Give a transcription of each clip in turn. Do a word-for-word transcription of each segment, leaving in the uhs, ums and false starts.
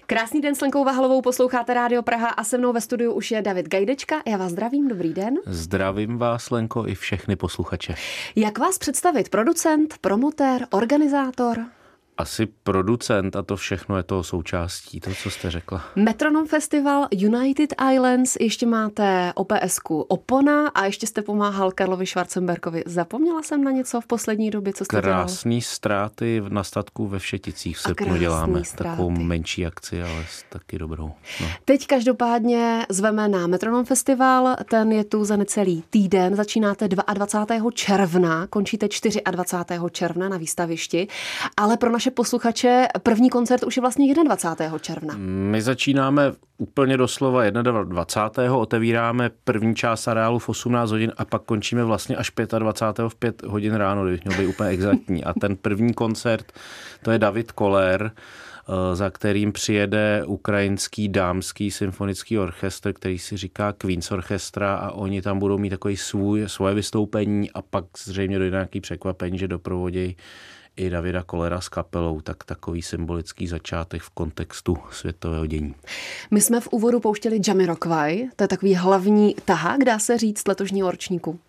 Krásný den s Lenkou Vahalovou, posloucháte Rádio Praha a se mnou ve studiu už je David Gajdečka. Já vás zdravím, dobrý den. Zdravím vás, Lenko, i všechny posluchače. Jak vás představit? Producent, promotér, organizátor? Asi producent a to všechno je toho součástí, to, co jste řekla. Metronom Festival, United Islands, ještě máte O P S ku Opona a ještě jste pomáhal Karlovi Schwarzenbergovi. Zapomněla jsem na něco v poslední době, co jste dělal? Krásný ztráty na statku ve Všeticích v srpnu děláme. Ztráty. Takovou menší akci, ale taky dobrou. No. Teď každopádně zveme na Metronom Festival, ten je tu za necelý týden, začínáte dvacátého druhého června, končíte dvacátého čtvrtého června na výstavišti, ale pro naše posluchače první koncert už je vlastně dvacátého prvního června. My začínáme úplně doslova dvacátého prvního otevíráme první část areálu v osmnáct hodin a pak končíme vlastně až dvacátého pátého v pět hodin ráno, kdybych měl být úplně exaktní. A ten první koncert, to je David Koller, za kterým přijede ukrajinský dámský symfonický orchestr, který si říká Queen's Orchestra, a oni tam budou mít takový svůj, svoje vystoupení a pak zřejmě dojde nějaký překvapení, že doprovodějí i Davida Kollera s kapelou, tak takový symbolický začátek v kontextu světového dění. My jsme v úvodu pouštěli Jamiroquai, to je takový hlavní tahák, dá se říct, letošního ročníku.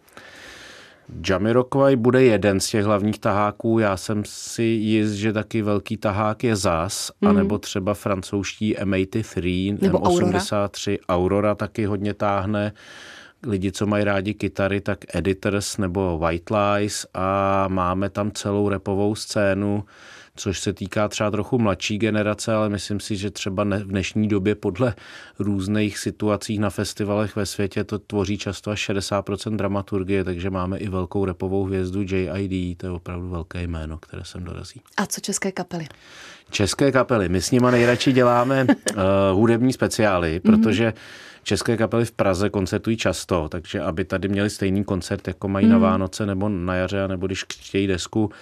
Jamiroquai bude jeden z těch hlavních taháků. Já jsem si jist, že taky velký tahák je Zas, mm. anebo třeba francouzští M osmdesát tři nebo M osmdesát tři. Aurora. Aurora taky hodně táhne. Lidi, co mají rádi kytary, tak Editors nebo White Lies, a máme tam celou rapovou scénu, což se týká třeba trochu mladší generace, ale myslím si, že třeba v dnešní době podle různých situací na festivalech ve světě to tvoří často až šedesát procent dramaturgie, takže máme i velkou rapovou hvězdu J I D, to je opravdu velké jméno, které sem dorazí. A co české kapely? České kapely, my s nima nejradši děláme uh, hudební speciály, protože české kapely v Praze koncertují často, takže aby tady měli stejný koncert, jako mají mm. na Vánoce nebo na jaře, nebo když chtějí desku,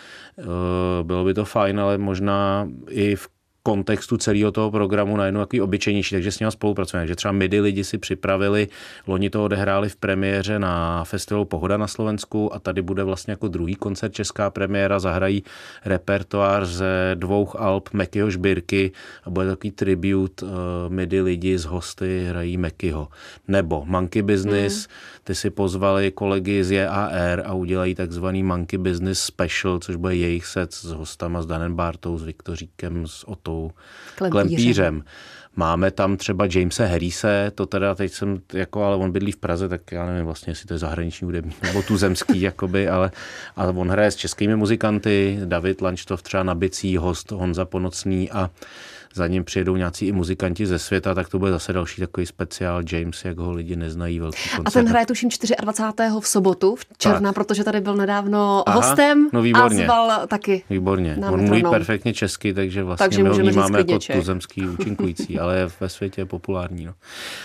bylo by to fajn, ale možná i v kontextu celého toho programu najednou takový obyčejnější, takže s nimi spolupracujeme. Takže třeba Midi lidi si připravili, loni to odehráli v premiéře na festivalu Pohoda na Slovensku a tady bude vlastně jako druhý koncert česká premiéra, zahrají repertoár ze dvou alb Mekyho Žbírky a bude takový tribute uh, Midi lidi z hosty hrají Mekyho. Nebo Monkey Business, mm. ty si pozvali kolegy z J A R a udělají takzvaný Monkey Business Special, což bude jejich set s hostama, s Danem Bartou, s Viktoříkem, s Otou Klempířem. Klempířem. Máme tam třeba Jamese Harrise, to teda teď jsem, jako, ale on bydlí v Praze, tak já nevím vlastně, jestli to je zahraniční hudební, nebo tuzemský, jakoby, ale, ale on hraje s českými muzikanty, David Lanštov třeba na bicí, host Honza Ponocný a za ním přijedou nějací i muzikanti ze světa, tak to bude zase další takový speciál James, jak ho lidi neznají, velký koncert. A ten hraje tuším dvacátého čtvrtého v sobotu, v června, tak. Protože tady byl nedávno Aha, hostem no a zval taky. Výborně. On mluví perfektně česky, takže vlastně takže my ho vnímáme jako tuzemský účinkující, ale je ve světě je populární. No.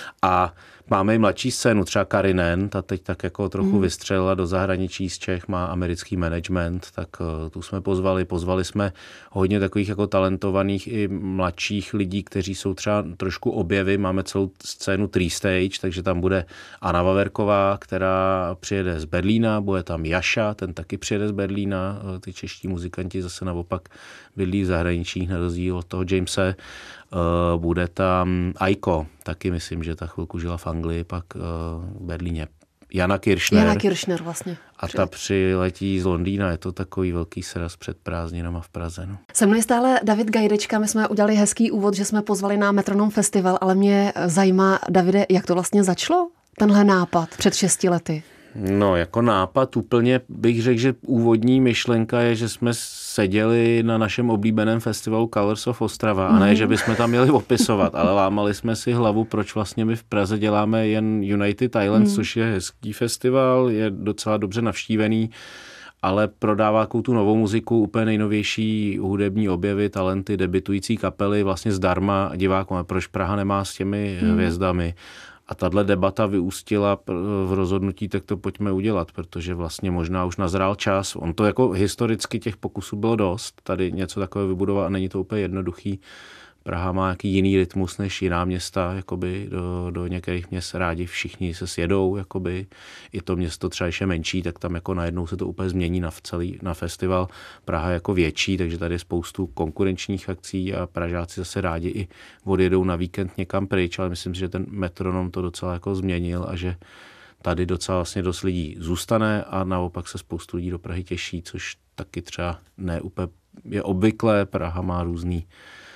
A máme i mladší scénu, třeba Karinen, ta teď tak jako trochu mm. vystřelila do zahraničí z Čech, má americký management, tak uh, tu jsme pozvali. Pozvali jsme hodně takových jako talentovaných i mladších lidí, kteří jsou třeba trošku objevy. Máme celou scénu Three Stage, takže tam bude Anna Vaverková, která přijede z Berlína, bude tam Jaša, ten taky přijede z Berlína, ty čeští muzikanti zase naopak bydlí v zahraničí, na rozdíl od toho Jamese. Uh, bude tam Aiko, taky myslím, že ta chvilku žila v Anglii, pak uh, v Berlíně. Jana Kiršner. Jana Kiršner vlastně. A ta přiletí z Londýna, je to takový velký sraz před prázdninama v Praze. No. Se mnou je stále David Gajdečka, my jsme udělali hezký úvod, že jsme pozvali na Metronom Festival, ale mě zajímá, Davide, jak to vlastně začalo, tenhle nápad před šesti lety? No, jako nápad úplně bych řekl, že úvodní myšlenka je, že jsme seděli na našem oblíbeném festivalu Colors of Ostrava a ne, že bychom tam měli opisovat, ale lámali jsme si hlavu, proč vlastně my v Praze děláme jen United Islands, mm. což je hezký festival, je docela dobře navštívený, ale prodává tu novou muziku, úplně nejnovější hudební objevy, talenty, debitující kapely vlastně zdarma divákům. A proč Praha nemá s těmi mm. hvězdami? A tahle debata vyústila v rozhodnutí, tak to pojďme udělat, protože vlastně možná už nazrál čas. On to jako historicky těch pokusů bylo dost, tady něco takového vybudovat a není to úplně jednoduchý Praha má nějaký jiný rytmus než jiná města, jakoby do, do některých měst rádi všichni se sjedou, jakoby i to město třeba ještě menší, tak tam jako najednou se to úplně změní na celý, na festival. Praha je jako větší, takže tady je spoustu konkurenčních akcí a Pražáci zase rádi i odjedou na víkend někam pryč, ale myslím si, že ten Metronom to docela jako změnil a že tady docela vlastně dost lidí zůstane a naopak se spoustu lidí do Prahy těší, což taky třeba ne úplně je obvyklé. Praha má různý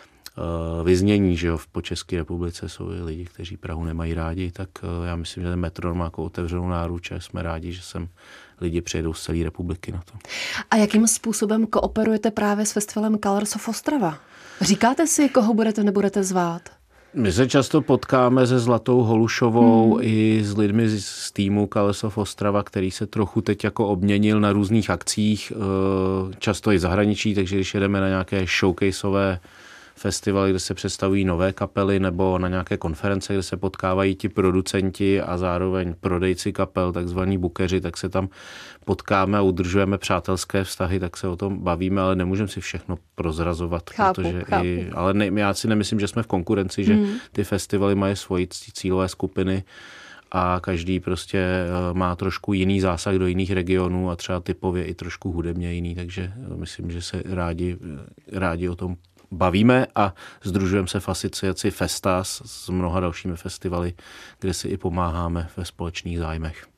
uh, vyznění, že jo, po České republice jsou i lidi, kteří Prahu nemají rádi, tak uh, já myslím, že ten Metronom má jako otevřenou náruč a jsme rádi, že sem lidi přijedou z celé republiky na to. A jakým způsobem kooperujete právě s festivalem Colors of Ostrava? Říkáte si, koho budete, nebudete zvát? My se často potkáme se Zlatou Holušovou hmm. i s lidmi z týmu Colors of Ostrava, který se trochu teď jako obměnil na různých akcích, často i v zahraničí, takže když jedeme na nějaké showcaseové festivaly, kde se představují nové kapely, nebo na nějaké konference, kde se potkávají ti producenti a zároveň prodejci kapel, takzvaní bookeři, tak se tam potkáme a udržujeme přátelské vztahy, tak se o tom bavíme, ale nemůžeme si všechno prozrazovat. Chápu, protože chápu. I, ale ne, já si nemyslím, že jsme v konkurenci, že hmm. ty festivaly mají svoji cílové skupiny a každý prostě má trošku jiný zásah do jiných regionů a třeba typově i trošku hudebně jiný, takže myslím, že se rádi, rádi o tom bavíme a sdružujeme se v asociaci Festas s mnoha dalšími festivaly, kde si i pomáháme ve společných zájmech.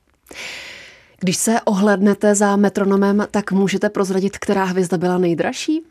Když se ohlédnete za Metronomem, tak můžete prozradit, která hvězda byla nejdražší?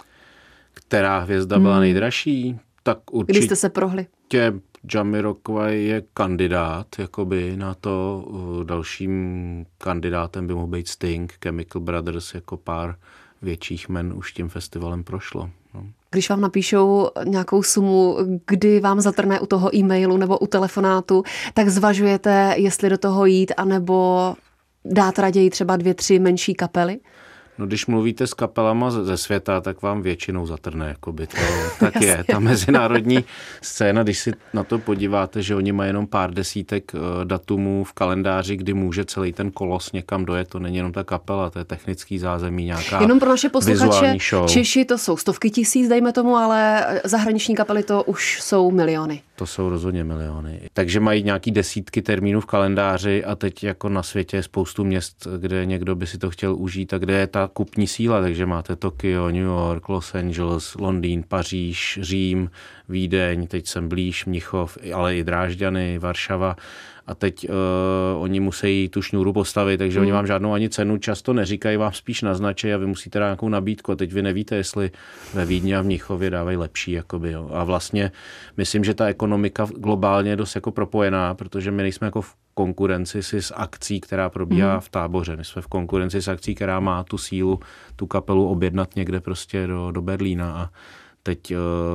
Která hvězda byla hmm. nejdražší? Tak určitě. Když jste se prohli? Jamiroquai je kandidát, jakoby na to. Dalším kandidátem by mohl být Sting, Chemical Brothers, jako pár větších men už tím festivalem prošlo. No. Když vám napíšou nějakou sumu, kdy vám zatrne u toho e-mailu nebo u telefonátu, tak zvažujete, jestli do toho jít, anebo dát raději třeba dvě, tři menší kapely? No, když mluvíte s kapelama ze světa, tak vám většinou zatrne, jakoby to tak je. Ta mezinárodní scéna, když si na to podíváte, že oni mají jenom pár desítek datumů v kalendáři, kdy může celý ten kolos někam dojet, to není jenom ta kapela, to je technický zázemí, nějaká jenom pro naše posluchače, show. Češi to jsou stovky tisíc, dejme tomu, ale zahraniční kapely to už jsou miliony. To jsou rozhodně miliony. Takže mají nějaký desítky termínů v kalendáři a teď jako na světě je spoustu měst, kde někdo by si to chtěl užít a kde je ta kupní síla, takže máte Tokio, New York, Los Angeles, Londýn, Paříž, Řím, Vídeň, teď jsem blíž, Mnichov, ale i Drážďany, Varšava. A teď uh, oni musí tu šňůru postavit, takže mm. oni vám žádnou ani cenu často neříkají, vám spíš naznačí a vy musíte dát nějakou nabídku. A teď vy nevíte, jestli ve Vídni a v Mnichově dávají lepší. Jakoby, jo. A vlastně myslím, že ta ekonomika globálně je dost jako propojená, protože my nejsme jako v konkurenci si s akcí, která probíhá mm. v Táboře. My jsme v konkurenci s akcí, která má tu sílu, tu kapelu objednat někde prostě do, do Berlína a teď uh,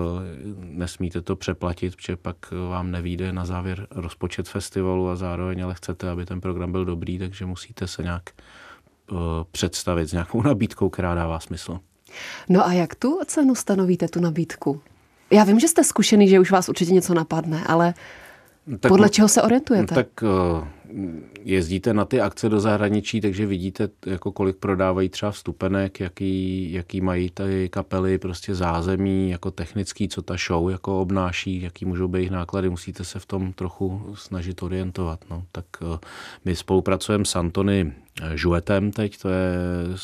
nesmíte to přeplatit, protože pak vám nevyjde na závěr rozpočet festivalu a zároveň ale chcete, aby ten program byl dobrý, takže musíte se nějak uh, představit s nějakou nabídkou, která dává smysl. No a jak tu cenu stanovíte, tu nabídku? Já vím, že jste zkušený, že už vás určitě něco napadne, ale tak, podle čeho se orientujete? Tak uh, jezdíte na ty akce do zahraničí, takže vidíte, jako kolik prodávají třeba vstupenek, jaký, jaký mají ty kapely, prostě zázemí, jako technický, co ta show jako obnáší, jaký můžou být náklady, musíte se v tom trochu snažit orientovat. No. Tak uh, my spolupracujeme s Antony Žuetem teď, to je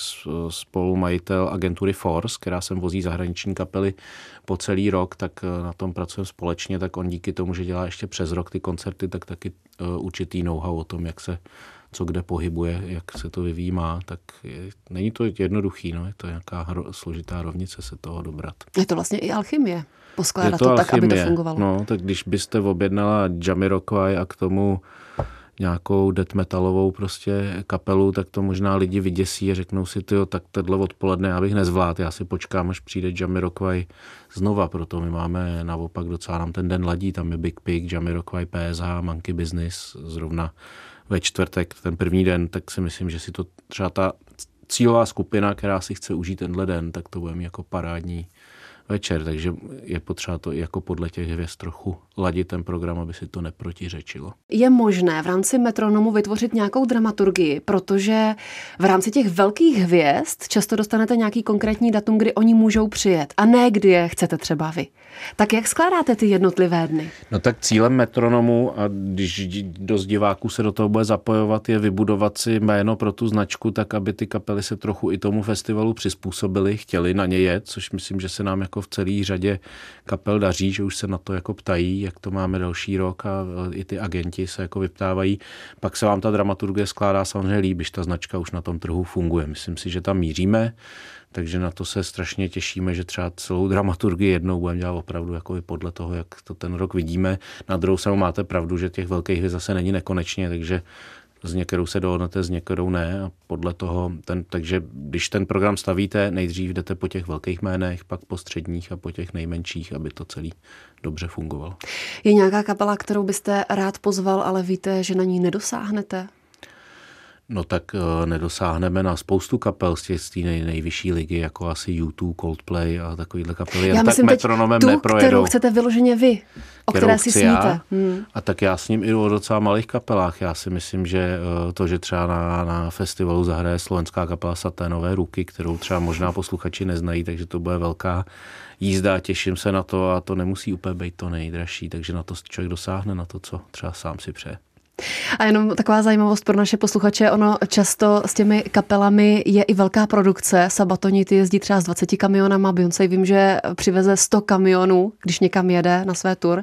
spolumajitel agentury Force, která sem vozí zahraniční kapely po celý rok, tak na tom pracujeme společně, tak on díky tomu, že dělá ještě přes rok ty koncerty, tak taky uh, určitý know-how o tom, jak se co kde pohybuje, jak se to vyvíjí má, tak je, není to jednoduchý, no, je to nějaká hro, složitá rovnice se toho dobrat. Je to vlastně i alchymie, poskládat to, to tak, aby to fungovalo. No, tak když byste objednala Jamiroquai a k tomu nějakou death metalovou prostě kapelu, tak to možná lidi vyděsí a řeknou si, tyjo, tak tohle odpoledne já bych nezvládl, já si počkám, až přijde Jamiroquai znova, proto my máme naopak docela nám ten den ladí, tam je Big Pig, Jamiroquai, P S H, Monkey Business, zrovna ve čtvrtek, ten první den, tak si myslím, že si to třeba ta cílová skupina, která si chce užít tenhle den, tak to bude mít jako parádní večer, takže je potřeba to jako podle těch hvězd trochu ladit ten program, aby si to neprotiřečilo. Je možné v rámci Metronomu vytvořit nějakou dramaturgii, protože v rámci těch velkých hvězd často dostanete nějaký konkrétní datum, kdy oni můžou přijet a ne kdy je chcete třeba vy. Tak jak skládáte ty jednotlivé dny? No tak cílem Metronomu, a když dost diváků se do toho bude zapojovat, je vybudovat si jméno pro tu značku, tak aby ty kapely se trochu i tomu festivalu přizpůsobily, chtěli na ně jet, což myslím, že se nám jako v celé řadě kapel daří, že už se na to jako ptají, jak to máme další rok a i ty agenti se jako vyptávají. Pak se vám ta dramaturgie skládá samozřejmě líp, když ta značka už na tom trhu funguje. Myslím si, že tam míříme, takže na to se strašně těšíme, že třeba celou dramaturgii jednou budeme dělat opravdu jako i podle toho, jak to ten rok vidíme. Na druhou stranu máte pravdu, že těch velkých hvězd zase není nekonečně, takže s některou se dohodnete, s některou ne a podle toho, ten, takže když ten program stavíte, nejdřív jdete po těch velkých jménech, pak po středních a po těch nejmenších, aby to celý dobře fungovalo. Je nějaká kapela, kterou byste rád pozval, ale víte, že na ní nedosáhnete? No tak uh, nedosáhneme na spoustu kapel z těch nej, nejvyšší ligy, jako asi U dva, Coldplay a takovýhle kapely. Jen já myslím tak Metronomem tu, neprojedou. Kterou chcete vyloženě vy, o které si sníte. Hmm. A tak já s ním i o docela malých kapelách. Já si myslím, že uh, to, že třeba na, na festivalu zahraje slovenská kapela Saténové ruky, kterou třeba možná posluchači neznají, takže to bude velká jízda, těším se na to a to nemusí úplně být to nejdražší, takže na to člověk dosáhne, na to, co třeba sám si přeje. A jenom taková zajímavost pro naše posluchače, ono často s těmi kapelami je i velká produkce. Sabatoni ty jezdí třeba s dvaceti kamionama, Beyoncé vím, že přiveze sto kamionů, když někam jede na své tur.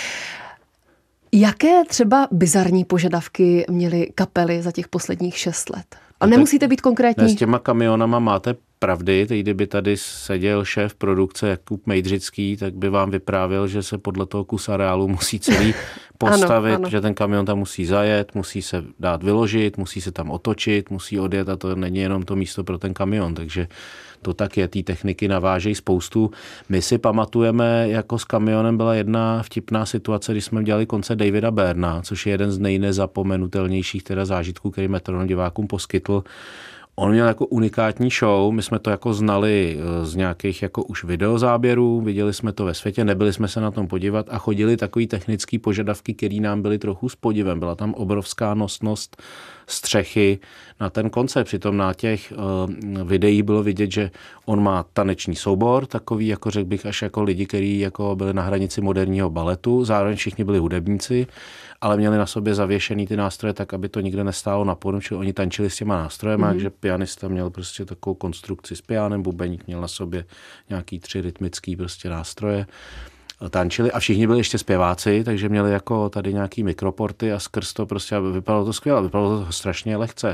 Jaké třeba bizarní požadavky měly kapely za těch posledních šest let? A nemusíte být konkrétní. Ne, s těma kamionama máte pravdy, teď kdyby tady seděl šéf produkce Jakub Mejdřický, tak by vám vyprávěl, že se podle toho kus areálu musí celý postavit, ano, ano. Že ten kamion tam musí zajet, musí se dát vyložit, musí se tam otočit, musí odjet a to není jenom to místo pro ten kamion, takže to tak je, té techniky navážejí spoustu. My si pamatujeme, jako s kamionem byla jedna vtipná situace, když jsme dělali koncert Davida Byrna, což je jeden z nejnezapomenutelnějších teda zážitků, který Metronom divákům poskytl. On měl jako unikátní show, my jsme to jako znali z nějakých jako už videozáběrů, viděli jsme to ve světě, nebyli jsme se na tom podívat a chodili takový technický požadavky, které nám byly trochu s podivem. Byla tam obrovská nosnost střechy na ten koncert, přitom na těch uh, videích bylo vidět, že on má taneční soubor, takový jako řekl bych až jako lidi, kteří jako byli na hranici moderního baletu, zároveň všichni byli hudebníci, ale měli na sobě zavěšený ty nástroje tak, aby to nikde nestálo na podu, čili oni tančili s těma nástrojema, mm-hmm. takže pianista měl prostě takovou konstrukci s pianem, bubeník měl na sobě nějaký tři rytmický prostě nástroje, tančili a všichni byli ještě zpěváci, takže měli jako tady nějaký mikroporty a skrz to prostě vypadalo to skvěle, vypadalo to strašně lehce.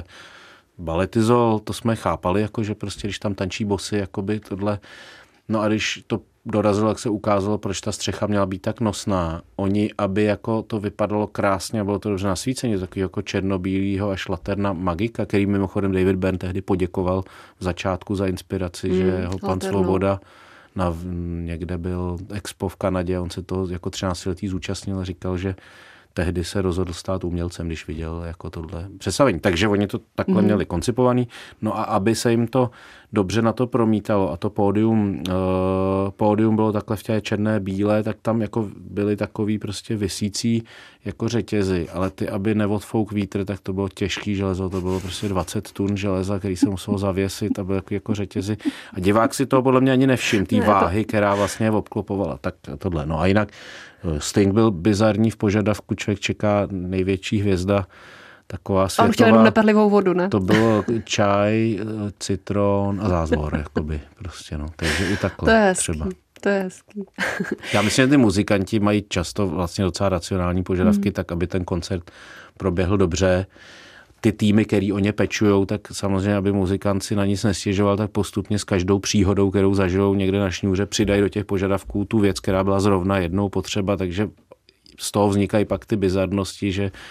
Baletizol, to jsme chápali, jako že prostě když tam tančí bosy, jakoby tohle, no a když to dorazilo, jak se ukázalo, proč ta střecha měla být tak nosná. Oni, aby jako to vypadalo krásně a bylo to dobře nasvícení, takový jako černobílýho až laterna magika, který mimochodem David Byrne tehdy poděkoval v začátku za inspiraci, mm, že ho pan laterno. Svoboda na, někde byl expo v Kanadě, on se to jako třináctiletý zúčastnil a říkal, že tehdy se rozhodl stát umělcem, když viděl jako tohle představení. Takže oni to takhle mm. měli koncipovaný. No a aby se jim to dobře na to promítalo a to pódium, uh, pódium bylo takhle v té černé bílé, tak tam jako byly takový prostě visící jako řetězy, ale ty, aby neodfouk vítr, tak to bylo těžký železo, to bylo prostě dvacet tun železa, který se muselo zavěsit a bylo jako, jako řetězy. A divák si toho podle mě ani nevšiml, té váhy, která vlastně obklopovala. Tak tohle. No a jinak Sting byl bizarní v požadavku, člověk čeká největší hvězda, taková světová. A on chtěl jenom nepadlivou vodu, ne? To bylo čaj, citron a zázvor, jakoby, prostě, no. Takže i takhle to je hezký, třeba. To je hezký. Já myslím, že ty muzikanti mají často vlastně docela racionální požadavky, mm. tak aby ten koncert proběhl dobře. Ty týmy, který o ně pečujou, tak samozřejmě, aby muzikant si na nic nestěžoval, tak postupně s každou příhodou, kterou zažijou někde na šňůře, přidají do těch požadavků tu věc, která byla zrovna jednou potřeba, takže z toho vznikají pak ty bizarnosti, že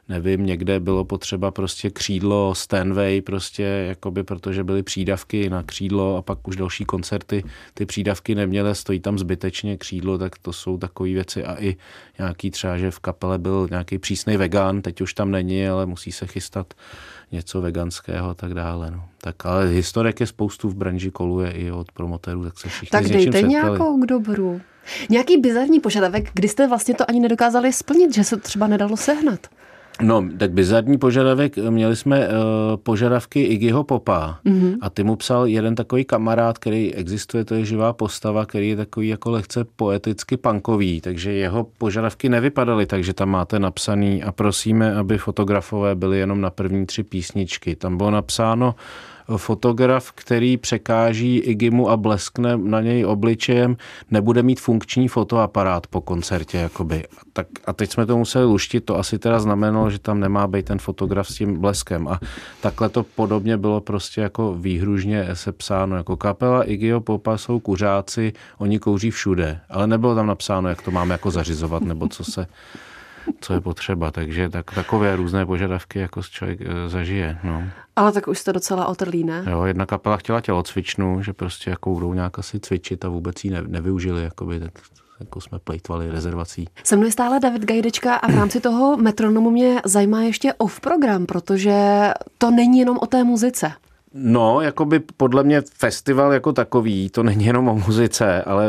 nevím, někde bylo potřeba prostě křídlo Stanway, prostě jakoby, protože byly přídavky na křídlo a pak už další koncerty ty přídavky neměly, stojí tam zbytečně křídlo, tak to jsou takové věci a i nějaký třeba, že v kapele byl nějaký přísnej vegan, teď už tam není, ale musí se chystat něco veganského a tak dále. No. Tak ale historek je spoustu v branži, koluje i od promotérů, tak se všichni tak s něčím dejte setkali. Nějakou k dobru. Nějaký bizarní požadavek, kdy jste vlastně to ani nedokázali splnit, že se to třeba nedalo sehnat? No, tak bizarní požadavek, měli jsme uh, požadavky Iggyho Popa mm-hmm. a ty mu psal jeden takový kamarád, který existuje, to je živá postava, který je takový jako lehce poeticky punkový, takže jeho požadavky nevypadaly, takže tam máte napsaný a prosíme, aby fotografové byli jenom na první tři písničky. Tam bylo napsáno fotograf, který překáží Iggymu a bleskne na něj obličejem, nebude mít funkční fotoaparát po koncertě. Jakoby. Tak, a teď jsme to museli luštit, to asi teda znamenalo, že tam nemá být ten fotograf s tím bleskem. A takhle to podobně bylo prostě jako výhružně sepsáno. Jako kapela Iggyho Popa jsou kuřáci, oni kouří všude. Ale nebylo tam napsáno, jak to máme jako zařizovat, nebo co se... co je potřeba, takže tak, takové různé požadavky jako člověk e, zažije. No. Ale tak už jste docela otrlí, ne? Jo, jedna kapela chtěla tělocvičnu, že prostě jako budou nějak asi cvičit a vůbec ji ne, nevyužili, jakoby, tak jako jsme plejtvali rezervací. Se mnou je stále David Gajdečka a v rámci toho Metronomu mě zajímá ještě off-program, protože to není jenom o té muzice. No, jakoby podle mě festival jako takový, to není jenom o muzice, ale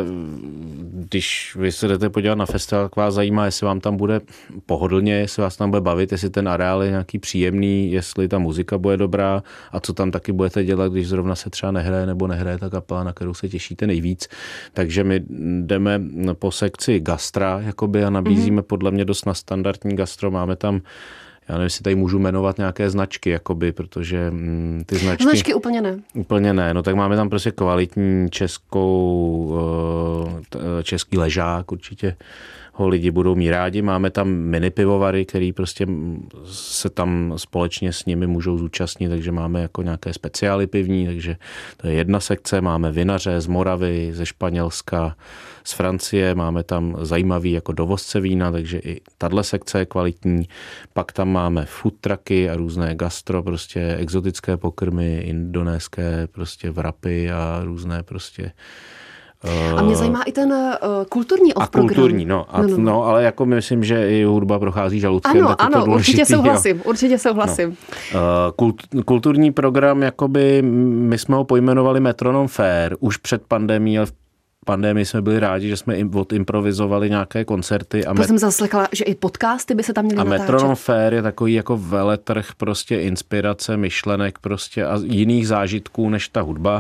když vy se jdete podívat na festival, tak vás zajímá, jestli vám tam bude pohodlně, jestli vás tam bude bavit, jestli ten areál je nějaký příjemný, jestli ta muzika bude dobrá a co tam taky budete dělat, když zrovna se třeba nehraje nebo nehraje ta kapela, na kterou se těšíte nejvíc. Takže my jdeme po sekci gastra jakoby, a nabízíme mm-hmm. podle mě dost na standardní gastro. Máme tam, já nevím, jestli tady můžu jmenovat nějaké značky, jakoby, protože mm, ty značky... Značky úplně ne. Úplně ne, no tak máme tam prostě kvalitní českou, český ležák, určitě ho lidi budou mít rádi. Máme tam mini pivovary, který prostě se tam společně s nimi můžou zúčastnit, takže máme jako nějaké speciály pivní, takže to je jedna sekce. Máme vinaře z Moravy, ze Španělska, z Francie, máme tam zajímavý jako dovozce vína, takže i tahle sekce je kvalitní. Pak tam máme food trucky a různé gastro, prostě exotické pokrmy, indonéské prostě vrapy a různé prostě. A mě zajímá i ten uh, kulturní off-program. A kulturní, no, a, no, no, no. ale jako myslím, že i hudba prochází žaludkem. Ano, ano, to určitě souhlasím, jo. určitě souhlasím. No. Kult, kulturní program, jakoby my jsme ho pojmenovali Metronom Fair už před pandemií, ale v pandemii jsme byli rádi, že jsme odimprovizovali nějaké koncerty. A to met... jsem zaslechla, že i podcasty by se tam měly a natáčet. Metronom Fair je takový jako veletrh prostě inspirace, myšlenek prostě a jiných zážitků než ta hudba.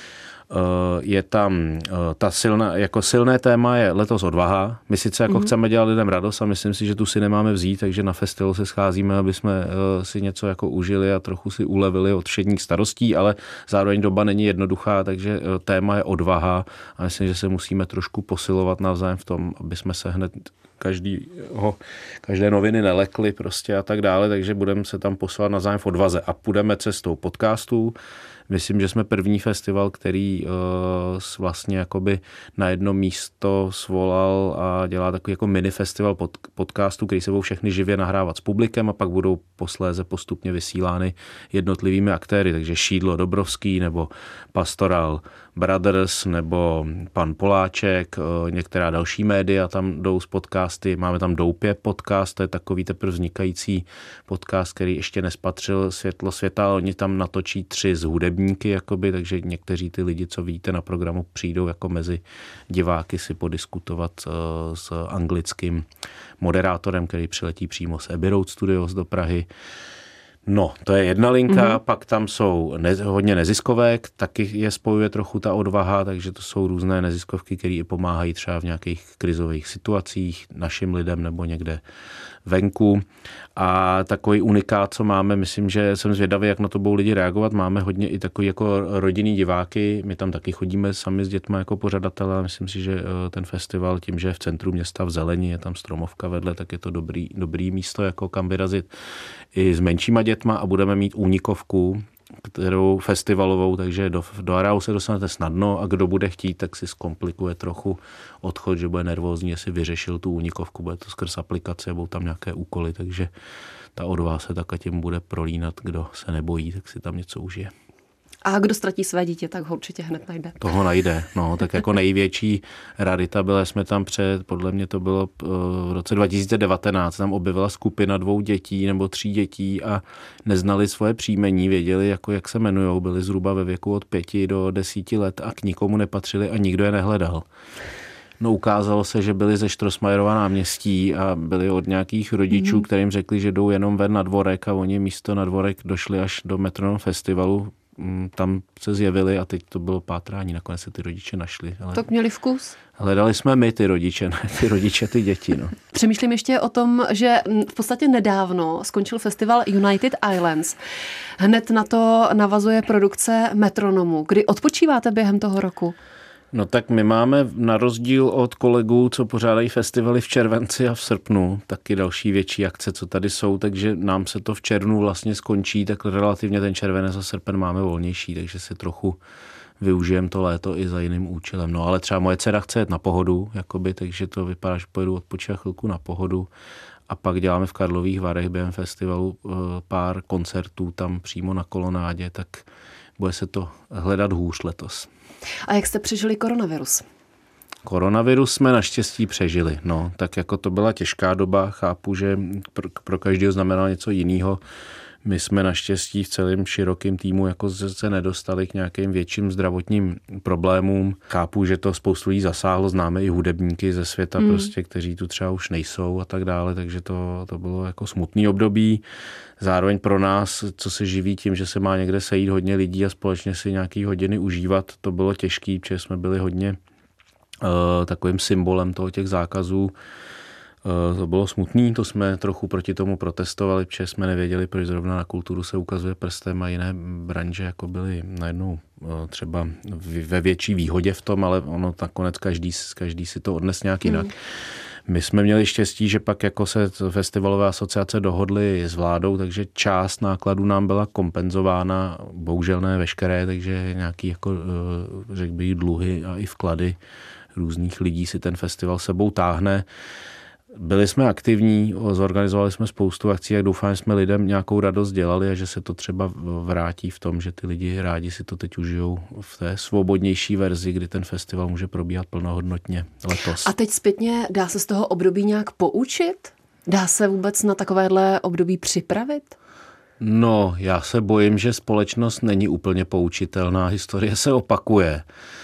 Je tam ta silná, jako silné téma je letos odvaha. My sice jako mm-hmm. chceme dělat lidem radost a myslím si, že tu si nemáme vzít, takže na festivalu se scházíme, aby jsme si něco jako užili a trochu si ulevili od všedních starostí, ale zároveň doba není jednoduchá, takže téma je odvaha a myslím, že se musíme trošku posilovat navzájem v tom, aby jsme se hned každýho, každé noviny nelekli prostě a tak dále, takže budeme se tam poslat navzájem v odvaze a půjdeme cestou podcastů. Myslím, že jsme první festival, který uh, vlastně jakoby na jedno místo svolal a dělá takový jako mini festival pod, podcastů, který se budou všechny živě nahrávat s publikem a pak budou posléze postupně vysílány jednotlivými aktéry, takže Šídlo Dobrovský nebo Pastoral Brothers nebo Pan Poláček, uh, některá další média tam jdou s podcasty. Máme tam Doupě podcast, to je takový teprve vznikající podcast, který ještě nespatřil světlo světa, ale oni tam natočí tři z hudebníky, jakoby, takže někteří ty lidi, co vidíte na programu, přijdou jako mezi diváky si podiskutovat uh, s anglickým moderátorem, který přiletí přímo z Abbey Road Studios do Prahy. No, to je jedna linka, mm-hmm. pak tam jsou ne, hodně neziskovek, taky je spojuje trochu ta odvaha, takže to jsou různé neziskovky, které i pomáhají třeba v nějakých krizových situacích našim lidem nebo někde venku. A takový unikát, co máme, myslím, že jsem zvědavý, jak na to budou lidi reagovat. Máme hodně i takový jako rodinný diváky, my tam taky chodíme sami s dětma jako pořadatelé. Myslím si, že ten festival tím, že je v centru města v zelení, je tam stromovka vedle, tak je to dobrý, dobrý místo, jako kam vyrazit i s menšíma dětma a budeme mít únikovku kterou festivalovou, takže do, do areálu se dostanete snadno a kdo bude chtít, tak si zkomplikuje trochu odchod, že bude nervózní, jestli vyřešil tu únikovku, bude to skrz aplikace, budou tam nějaké úkoly, takže ta odvaha se tak a tím bude prolínat, kdo se nebojí, tak si tam něco užije. A kdo ztratí své dítě, tak ho určitě hned najde. Toho najde, no, tak jako největší rarita byla, jsme tam před, podle mě to bylo v roce dva tisíce devatenáct, tam objevila skupina dvou dětí nebo tří dětí a neznali svoje příjmení, věděli, jako jak se jmenujou, byli zhruba ve věku od pěti do desíti let a k nikomu nepatřili a nikdo je nehledal. No ukázalo se, že byli ze Strossmayerova náměstí a byli od nějakých rodičů, mm. kterým řekli, že jdou jenom ven na dvorek a oni místo na dvorek došli až do Metronom festivalu. Tam se zjevili a teď to bylo pátrání, nakonec se ty rodiče našli. Ale tak měli vkus? Hledali jsme my ty rodiče, ne ty rodiče, ty děti. No. Přemýšlím ještě o tom, že v podstatě nedávno skončil festival United Islands. Hned na to navazuje produkce Metronomu. Kdy odpočíváte během toho roku? No tak my máme na rozdíl od kolegů, co pořádají festivaly v červenci a v srpnu, taky další větší akce, co tady jsou, takže nám se to v červnu vlastně skončí, tak relativně ten červenec a srpen máme volnější, takže si trochu využijeme to léto i za jiným účelem. No ale třeba moje dcera chce jet na Pohodu, jakoby, takže to vypadá, že pojedu odpočívat chvilku na Pohodu a pak děláme v Karlových Varech během festivalu pár koncertů tam přímo na kolonádě, tak bude se to hledat hůř letos. A jak jste přežili koronavirus? Koronavirus jsme naštěstí přežili. No, tak jako to byla těžká doba, chápu, že pro, pro každého znamenalo něco jiného. My jsme naštěstí v celém širokém týmu jako se nedostali k nějakým větším zdravotním problémům. Chápu, že to spoustu lidí zasáhlo, známe i hudebníky ze světa, mm. prostě, kteří tu třeba už nejsou a tak dále, takže to, to bylo jako smutný období. Zároveň pro nás, co se živí tím, že se má někde sejít hodně lidí a společně si nějaký hodiny užívat, to bylo těžký, protože jsme byli hodně uh, takovým symbolem toho těch zákazů. To bylo smutný, to jsme trochu proti tomu protestovali, protože jsme nevěděli, proč zrovna na kulturu se ukazuje prstem a jiné branže jako byly najednou třeba ve větší výhodě v tom, ale ono nakonec každý, každý si to odnes nějak jinak. Mm. My jsme měli štěstí, že pak jako se festivalové asociace dohodly s vládou, takže část nákladů nám byla kompenzována, bohužel ne veškeré, takže nějaký jako, řekl bych, dluhy a i vklady různých lidí si ten festival sebou táhne. Byli jsme aktivní, zorganizovali jsme spoustu akcí, jak doufám, že jsme lidem nějakou radost dělali a že se to třeba vrátí v tom, že ty lidi rádi si to teď užijou v té svobodnější verzi, kdy ten festival může probíhat plnohodnotně letos. A teď zpětně dá se z toho období nějak poučit? Dá se vůbec na takovéhle období připravit? No, já se bojím, že společnost není úplně poučitelná, historie se opakuje.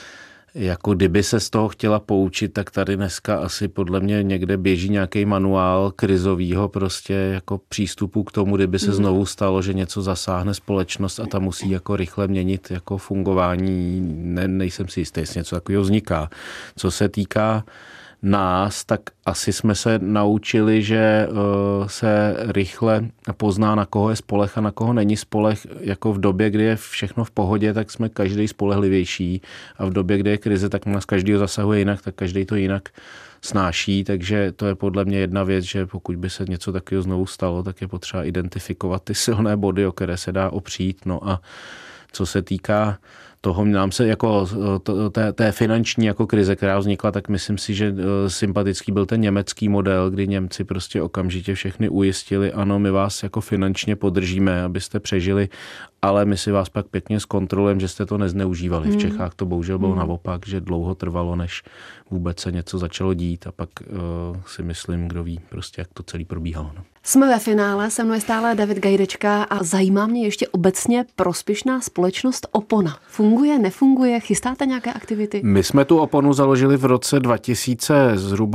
Jako kdyby se z toho chtěla poučit, tak tady dneska asi podle mě někde běží nějaký manuál krizovýho prostě jako přístupu k tomu, kdyby se znovu stalo, že něco zasáhne společnost a ta musí jako rychle měnit jako fungování. Ne, nejsem si jistý, jestli něco takového vzniká. Co se týká nás, tak asi jsme se naučili, že uh, se rychle pozná, na koho je spoleh a na koho není spoleh. Jako v době, kdy je všechno v pohodě, tak jsme každý spolehlivější a v době, kdy je krize, tak nás každý zasahuje jinak, tak každý to jinak snáší, takže to je podle mě jedna věc, že pokud by se něco takového znovu stalo, tak je potřeba identifikovat ty silné body, o které se dá opřít. No a co se týká toho, nám se jako té, té finanční jako krize, která vznikla, tak myslím si, že sympatický byl ten německý model, kdy Němci prostě okamžitě všechny ujistili, ano, my vás jako finančně podržíme, abyste přežili, ale my si vás pak pěkně zkontrolujeme, že jste to nezneužívali. Hmm. V Čechách to bohužel bylo hmm. naopak, že dlouho trvalo, než vůbec se něco začalo dít a pak uh, si myslím, kdo ví prostě, jak to celý probíhalo. No. Jsme ve finále, se mnou je stále David Gajdečka a zajímá mě ještě obecně prospěšná společnost Opona. Funguje, nefunguje, chystáte nějaké aktivity? My jsme tu Oponu založili v roce dva tisíce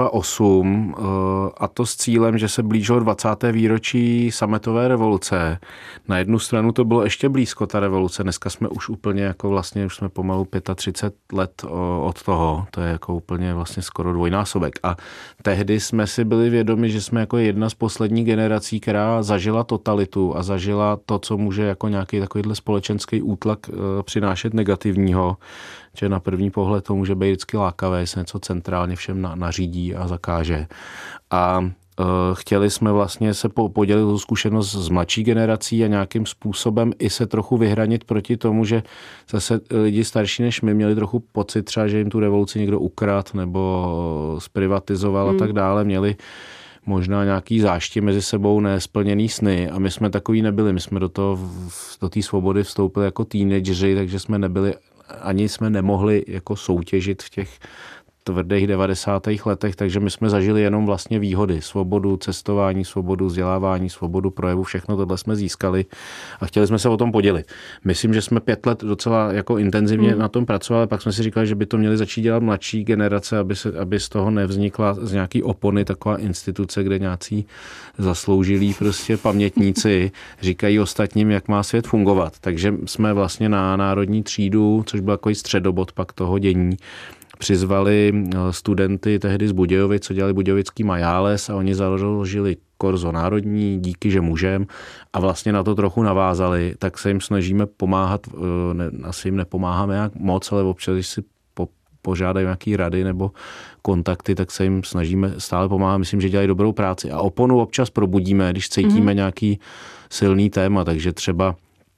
osm a to s cílem, že se blížilo dvacáté výročí sametové revoluce. Na jednu stranu to bylo ještě blízko ta revoluce, dneska jsme už úplně jako vlastně, už jsme pomalu třicet pět let od toho, to je jako úplně vlastně skoro dvojnásobek. A tehdy jsme si byli vědomi, že jsme jako jedna z posledních generací, která zažila totalitu a zažila to, co může jako nějaký takovýhle společenský útlak přinášet negativního, že na první pohled to může být vždycky lákavé, se něco centrálně všem nařídí a zakáže. A chtěli jsme vlastně se podělit o zkušenost s mladší generací a nějakým způsobem i se trochu vyhranit proti tomu, že zase lidi starší než my měli trochu pocit třeba, že jim tu revoluci někdo ukradl nebo zprivatizoval hmm. a tak dále, měli možná nějaký zášti mezi sebou, nesplněný sny a my jsme takový nebyli. My jsme do toho, do té svobody vstoupili jako teenageři, takže jsme nebyli, ani jsme nemohli jako soutěžit v těch tvrdých devadesátých letech, takže my jsme zažili jenom vlastně výhody. Svobodu cestování, svobodu vzdělávání, svobodu projevu, všechno tohle jsme získali a chtěli jsme se o tom podělit. Myslím, že jsme pět let docela jako intenzivně hmm. na tom pracovali, pak jsme si říkali, že by to měli začít dělat mladší generace, aby, se, aby z toho nevznikla z nějaký opony taková instituce, kde nějací zasloužilí prostě pamětníci říkají ostatním, jak má svět fungovat. Takže jsme vlastně na národní třídu, což byl takový středobod pak toho dění, přizvali studenty tehdy z Budějovic, co dělali budějovický Majáles a oni založili Korzo národní, díky, že můžem a vlastně na to trochu navázali, tak se jim snažíme pomáhat, ne, asi jim nepomáháme nějak moc, ale občas, když si po, požádají nějaký rady nebo kontakty, tak se jim snažíme stále pomáhat. Myslím, že dělají dobrou práci a oponu občas probudíme, když cítíme mm-hmm. nějaký silný téma, takže třeba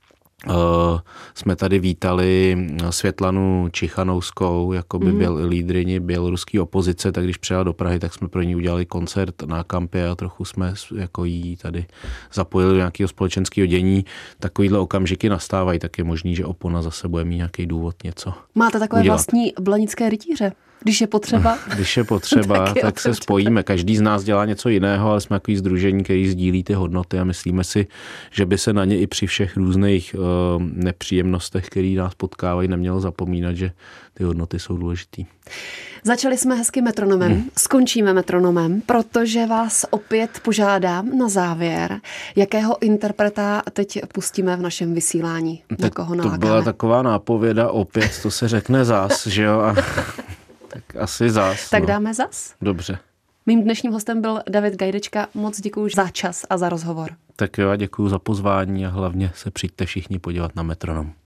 Uh, jsme tady vítali Světlanu Čichanouskou, jako by mm. byl lídryni běloruské opozice, tak když přijela do Prahy, tak jsme pro ní udělali koncert na kampě a trochu jsme jako jí tady zapojili do nějakého společenského dění. Takovýhle okamžiky nastávají, tak je možný, že opona zase bude mít nějaký důvod něco Máte takové udělat. Vlastní blanické rytíře? Když je potřeba. Když je potřeba, tak, tak se spojíme. Každý z nás dělá něco jiného, ale jsme takový sdružení, který sdílí ty hodnoty a myslíme si, že by se na ně i při všech různých uh, nepříjemnostech, které nás potkávají, nemělo zapomínat, že ty hodnoty jsou důležitý. Začali jsme hezky metronomem, hmm. skončíme metronomem, protože vás opět požádám na závěr, jakého interpreta teď pustíme v našem vysílání, tak na koho nalákáme. To byla taková nápověda, opět to se řekne zas, že jo? A tak asi zas. Tak no. dáme zas? Dobře. Mým dnešním hostem byl David Gajdečka. Moc děkuji za čas a za rozhovor. Tak jo, děkuji za pozvání a hlavně se přijďte všichni podívat na metronom.